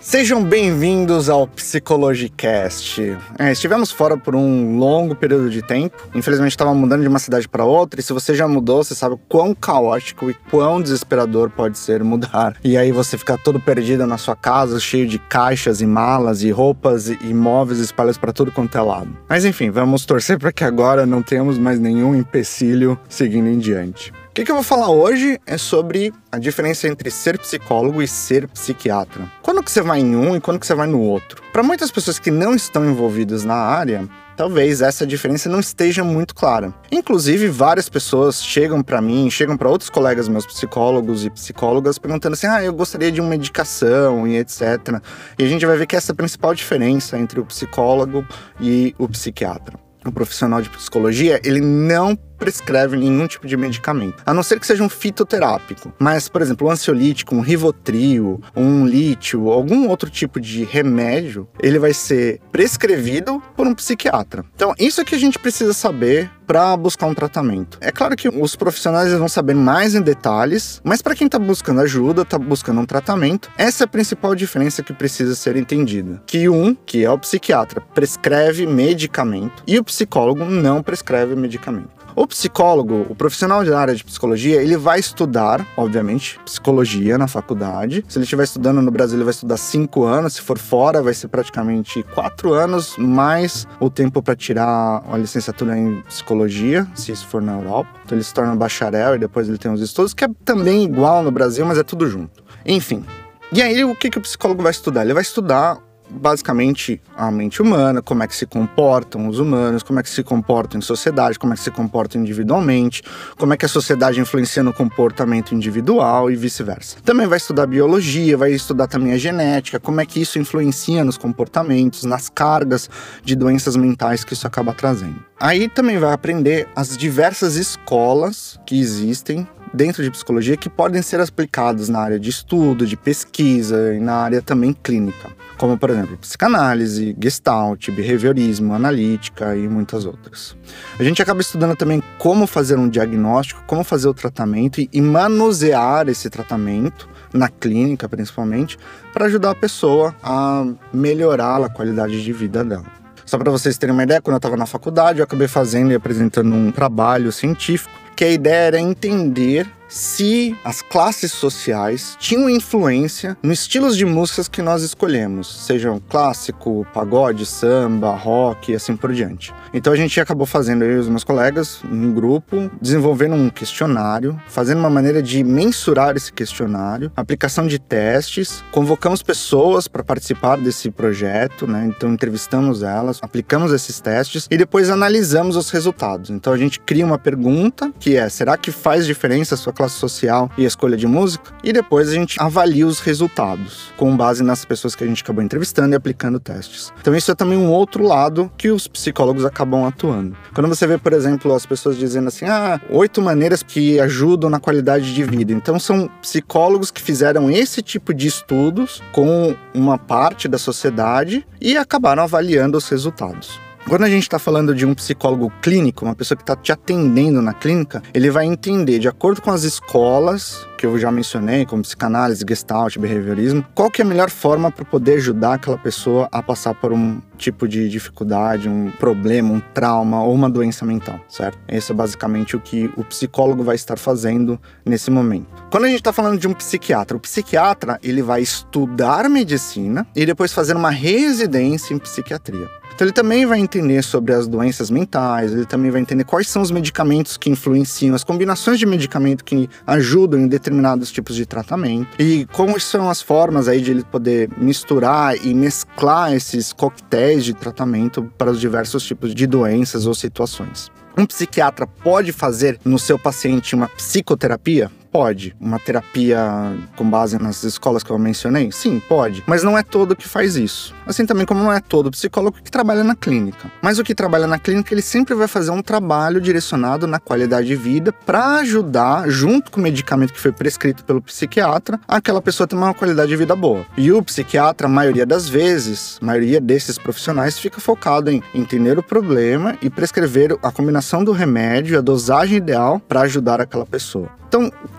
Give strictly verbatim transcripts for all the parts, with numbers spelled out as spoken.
Sejam bem-vindos ao Psicologicast. É, estivemos fora por um longo período de tempo. Infelizmente, estava mudando de uma cidade para outra. E se você já mudou, você sabe o quão caótico e quão desesperador pode ser mudar. E aí você fica todo perdido na sua casa, cheio de caixas e malas e roupas e móveis espalhados para tudo quanto é lado. Mas enfim, vamos torcer para que agora não tenhamos mais nenhum empecilho seguindo em diante. O que, que eu vou falar hoje é sobre a diferença entre ser psicólogo e ser psiquiatra. Quando que você vai em um e quando que você vai no outro? Para muitas pessoas que não estão envolvidas na área, talvez essa diferença não esteja muito clara. Inclusive, várias pessoas chegam para mim, chegam para outros colegas meus psicólogos e psicólogas perguntando assim, ah, eu gostaria de uma medicação e etcétera. E a gente vai ver que essa é a principal diferença entre o psicólogo e o psiquiatra. O profissional de psicologia, ele não prescreve nenhum tipo de medicamento, a não ser que seja um fitoterápico. Mas, por exemplo, um ansiolítico, um Rivotril, um lítio, algum outro tipo de remédio, ele vai ser prescrevido por um psiquiatra. Então, isso é que a gente precisa saber para buscar um tratamento. É claro que os profissionais vão saber mais em detalhes, mas para quem está buscando ajuda, está buscando um tratamento, essa é a principal diferença que precisa ser entendida. Que um, que é o psiquiatra, prescreve medicamento e o psicólogo não prescreve medicamento. O psicólogo, o profissional da área de psicologia, ele vai estudar, obviamente, psicologia na faculdade. Se ele estiver estudando no Brasil, ele vai estudar cinco anos. Se for fora, vai ser praticamente quatro anos, mais o tempo para tirar a licenciatura em psicologia, se isso for na Europa. Então ele se torna bacharel e depois ele tem os estudos, que é também igual no Brasil, mas é tudo junto. Enfim. E aí, o que, que o psicólogo vai estudar? Ele vai estudar basicamente a mente humana, como é que se comportam os humanos, como é que se comportam em sociedade, como é que se comportam individualmente, como é que a sociedade influencia no comportamento individual e vice-versa. Também vai estudar biologia, vai estudar também a genética, como é que isso influencia nos comportamentos, nas cargas de doenças mentais que isso acaba trazendo. Aí também vai aprender as diversas escolas que existem dentro de psicologia que podem ser aplicadas na área de estudo, de pesquisa e na área também clínica, como, por exemplo, psicanálise, gestalt, behaviorismo, analítica e muitas outras. A gente acaba estudando também como fazer um diagnóstico, como fazer o tratamento e, e manusear esse tratamento, na clínica principalmente, para ajudar a pessoa a melhorar a qualidade de vida dela. Só para vocês terem uma ideia, quando eu estava na faculdade, eu acabei fazendo e apresentando um trabalho científico, que a ideia era entender se as classes sociais tinham influência nos estilos de músicas que nós escolhemos, sejam clássico, pagode, samba, rock e assim por diante. Então a gente acabou fazendo, eu e os meus colegas, um grupo, desenvolvendo um questionário, fazendo uma maneira de mensurar esse questionário, aplicação de testes, convocamos pessoas para participar desse projeto, né? Então entrevistamos elas, aplicamos esses testes e depois analisamos os resultados. Então a gente cria uma pergunta que é, será que faz diferença a sua classe social e a escolha de música? E depois a gente avalia os resultados, com base nas pessoas que a gente acabou entrevistando e aplicando testes. Então isso é também um outro lado que os psicólogos acabam atuando. Quando você vê, por exemplo, as pessoas dizendo assim, ah, oito maneiras que ajudam na qualidade de vida. Então são psicólogos que fizeram esse tipo de estudos com uma parte da sociedade e acabaram avaliando os resultados. Quando a gente está falando de um psicólogo clínico, uma pessoa que está te atendendo na clínica, ele vai entender, de acordo com as escolas que eu já mencionei, como psicanálise, gestalt, behaviorismo, qual que é a melhor forma para poder ajudar aquela pessoa a passar por um tipo de dificuldade, um problema, um trauma ou uma doença mental, certo? Esse é basicamente o que o psicólogo vai estar fazendo nesse momento. Quando a gente está falando de um psiquiatra, o psiquiatra ele vai estudar medicina e depois fazer uma residência em psiquiatria. Então ele também vai entender sobre as doenças mentais, ele também vai entender quais são os medicamentos que influenciam, as combinações de medicamento que ajudam em determinados tipos de tratamento e como são as formas aí de ele poder misturar e mesclar esses coquetéis de tratamento para os diversos tipos de doenças ou situações. Um psiquiatra pode fazer no seu paciente uma psicoterapia? Pode. Uma terapia com base nas escolas que eu mencionei? Sim, pode. Mas não é todo que faz isso. Assim também como não é todo psicólogo que trabalha na clínica. Mas o que trabalha na clínica, ele sempre vai fazer um trabalho direcionado na qualidade de vida para ajudar, junto com o medicamento que foi prescrito pelo psiquiatra, aquela pessoa ter uma qualidade de vida boa. E o psiquiatra, a maioria das vezes, a maioria desses profissionais, fica focado em entender o problema e prescrever a combinação do remédio, a dosagem ideal para ajudar aquela pessoa. Então, o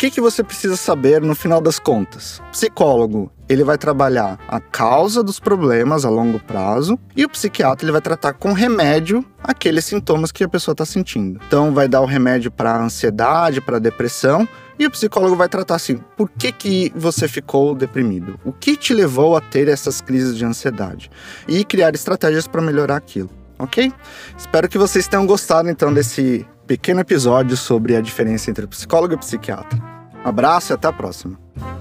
que, que você precisa saber no final das contas? O psicólogo, ele vai trabalhar a causa dos problemas a longo prazo e o psiquiatra ele vai tratar com remédio aqueles sintomas que a pessoa está sentindo. Então vai dar o remédio para ansiedade, para depressão, e o psicólogo vai tratar assim, por que, que você ficou deprimido? O que te levou a ter essas crises de ansiedade? E criar estratégias para melhorar aquilo, ok? Espero que vocês tenham gostado então desse pequeno episódio sobre a diferença entre psicólogo e psiquiatra. Um abraço e até a próxima.